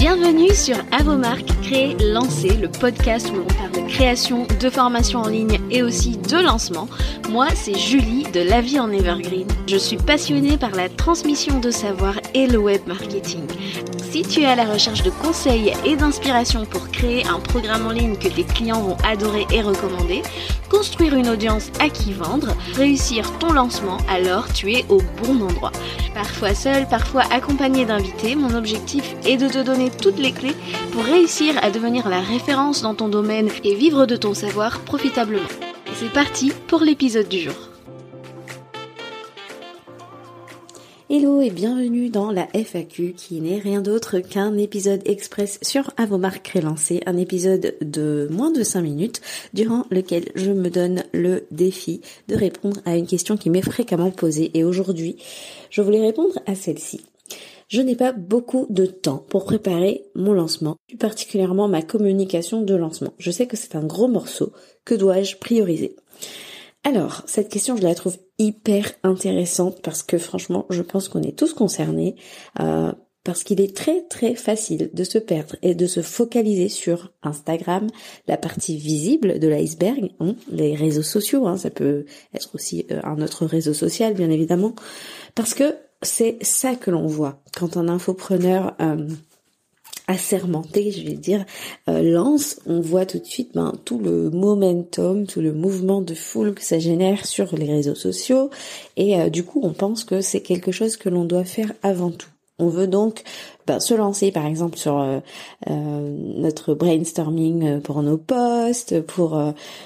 Bienvenue sur À vos marques, créer, lancer, le podcast où l'on parle de création, de formation en ligne et aussi de lancement. Moi, c'est Julie de La Vie en Evergreen. Je suis passionnée par la transmission de savoir et le web marketing. Si tu es à la recherche de conseils et d'inspiration pour créer un programme en ligne que tes clients vont adorer et recommander, construire une audience à qui vendre, réussir ton lancement, alors tu es au bon endroit. Parfois seul, parfois accompagné d'invités, mon objectif est de te donner toutes les clés pour réussir à devenir la référence dans ton domaine et vivre de ton savoir profitablement. Et c'est parti pour l'épisode du jour. Hello et bienvenue dans la FAQ qui n'est rien d'autre qu'un épisode express sur À vos marques relancées, un épisode de moins de 5 minutes durant lequel je me donne le défi de répondre à une question qui m'est fréquemment posée et aujourd'hui je voulais répondre à celle-ci. Je n'ai pas beaucoup de temps pour préparer mon lancement, plus particulièrement ma communication de lancement. Je sais que c'est un gros morceau, que dois-je prioriser ? Alors, cette question, je la trouve hyper intéressante parce que franchement, je pense qu'on est tous concernés parce qu'il est très très facile de se perdre et de se focaliser sur Instagram, la partie visible de l'iceberg, les réseaux sociaux, ça peut être aussi un autre réseau social bien évidemment, parce que c'est ça que l'on voit quand un infopreneur assermenté, je vais dire, lance, on voit tout de suite tout le momentum, tout le mouvement de foule que ça génère sur les réseaux sociaux et du coup on pense que c'est quelque chose que l'on doit faire avant tout. On veut donc se lancer par exemple sur notre brainstorming pour nos posts, pour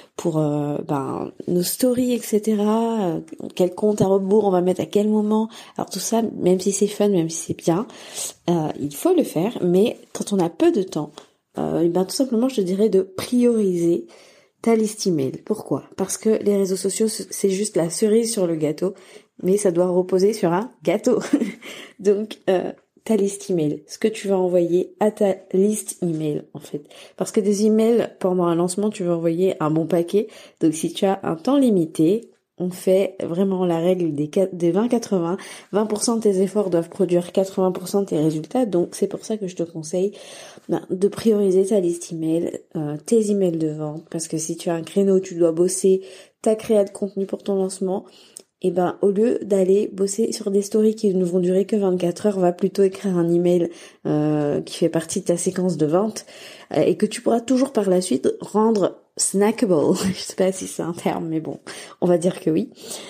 nos stories, etc. Quel compte à rebours on va mettre à quel moment. Alors tout ça, même si c'est fun, même si c'est bien, il faut le faire. Mais quand on a peu de temps, tout simplement, je te dirais de prioriser ta liste email. Pourquoi ? Parce que les réseaux sociaux, c'est juste la cerise sur le gâteau, mais ça doit reposer sur un gâteau. Donc, ta liste email, ce que tu vas envoyer à ta liste email en fait. Parce que des emails, pendant un lancement, tu vas envoyer un bon paquet. Donc si tu as un temps limité, on fait vraiment la règle des 20-80. 20% de tes efforts doivent produire 80% de tes résultats. Donc c'est pour ça que je te conseille de prioriser ta liste email, tes emails de vente. Parce que si tu as un créneau, tu dois bosser ta créa de contenu pour ton lancement. Et au lieu d'aller bosser sur des stories qui ne vont durer que 24 heures, va plutôt écrire un email qui fait partie de ta séquence de vente et que tu pourras toujours par la suite rendre snackable. Je sais pas si c'est un terme, mais bon, on va dire que oui.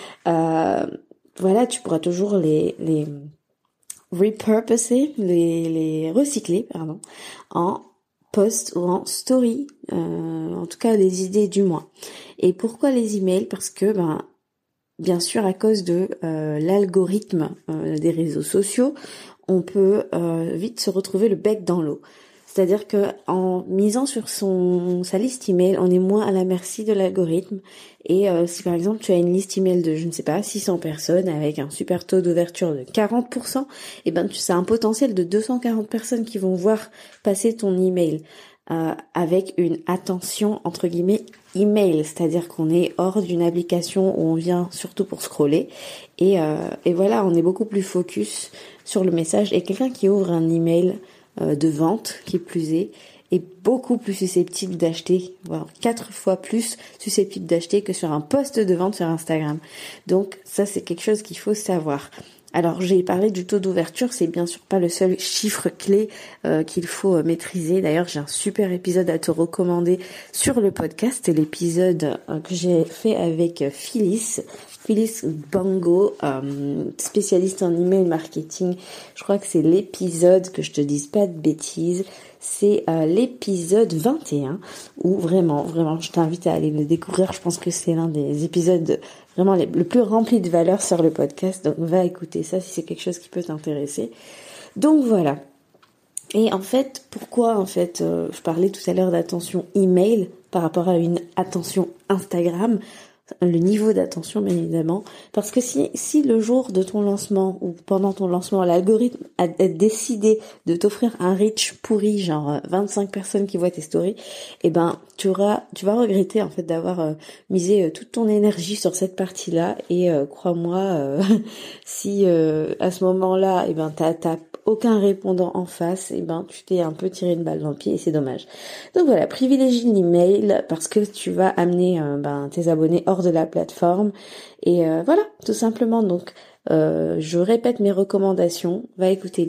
Tu pourras toujours les repurposer, les recycler, en post ou en story, en tout cas les idées du mois. Et pourquoi les emails ? Parce que bien sûr, à cause de l'algorithme des réseaux sociaux, on peut vite se retrouver le bec dans l'eau. C'est-à-dire que en misant sur sa liste email, on est moins à la merci de l'algorithme. Et si par exemple tu as une liste email de 600 personnes avec un super taux d'ouverture de 40%, c'est un potentiel de 240 personnes qui vont voir passer ton email. Avec une attention entre guillemets email, c'est-à-dire qu'on est hors d'une application où on vient surtout pour scroller et voilà, on est beaucoup plus focus sur le message et quelqu'un qui ouvre un email de vente, qui plus est beaucoup plus susceptible d'acheter, voire 4 fois plus susceptible d'acheter que sur un post de vente sur Instagram. Donc ça c'est quelque chose qu'il faut savoir. Alors j'ai parlé du taux d'ouverture, c'est bien sûr pas le seul chiffre clé qu'il faut maîtriser. D'ailleurs j'ai un super épisode à te recommander sur le podcast, c'est l'épisode que j'ai fait avec Phyllis Bango, spécialiste en email marketing. Je crois que c'est l'épisode, que je te dise pas de bêtises, c'est l'épisode 21 où vraiment je t'invite à aller le découvrir. Je pense que c'est l'un des épisodes vraiment le plus rempli de valeur sur le podcast, donc va écouter ça si c'est quelque chose qui peut t'intéresser. Donc voilà. Et en fait, pourquoi je parlais tout à l'heure d'attention email par rapport à une attention Instagram. le niveau d'attention bien évidemment, parce que si le jour de ton lancement ou pendant ton lancement l'algorithme a décidé de t'offrir un reach pourri, genre 25 personnes qui voient tes stories, et ben tu vas regretter en fait d'avoir misé toute ton énergie sur cette partie-là, et crois-moi, si à ce moment-là et ben t'as aucun répondant en face, et ben tu t'es un peu tiré une balle dans le pied et c'est dommage. Donc voilà, privilégie l'email parce que tu vas amener tes abonnés hors de la plateforme, et voilà, tout simplement. Donc je répète mes recommandations, va écouter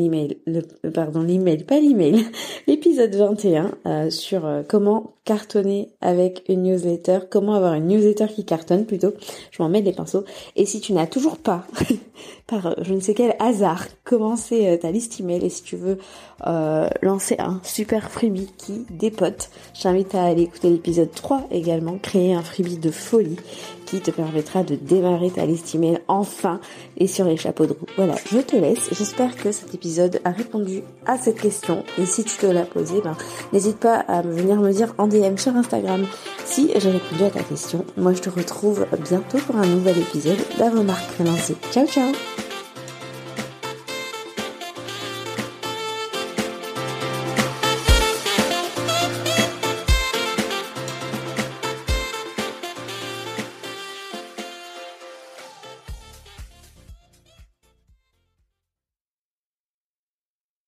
l'épisode 21 sur comment cartonner avec une newsletter, comment avoir une newsletter qui cartonne plutôt, je m'en mets des pinceaux. Et si tu n'as toujours pas, par je ne sais quel hasard, commencé ta liste email, et si tu veux lancer un super freebie qui dépote, je t'invite à aller écouter l'épisode 3 également, créer un freebie de folie qui te permettra de démarrer ta liste email enfin et sur les chapeaux de roue. Voilà, je te laisse. J'espère que cet épisode a répondu à cette question. Et si tu te l'as posée, n'hésite pas à venir me dire en DM sur Instagram si j'ai répondu à ta question. Moi, je te retrouve bientôt pour un nouvel épisode d'Avant Marque Relancée. Ciao, ciao!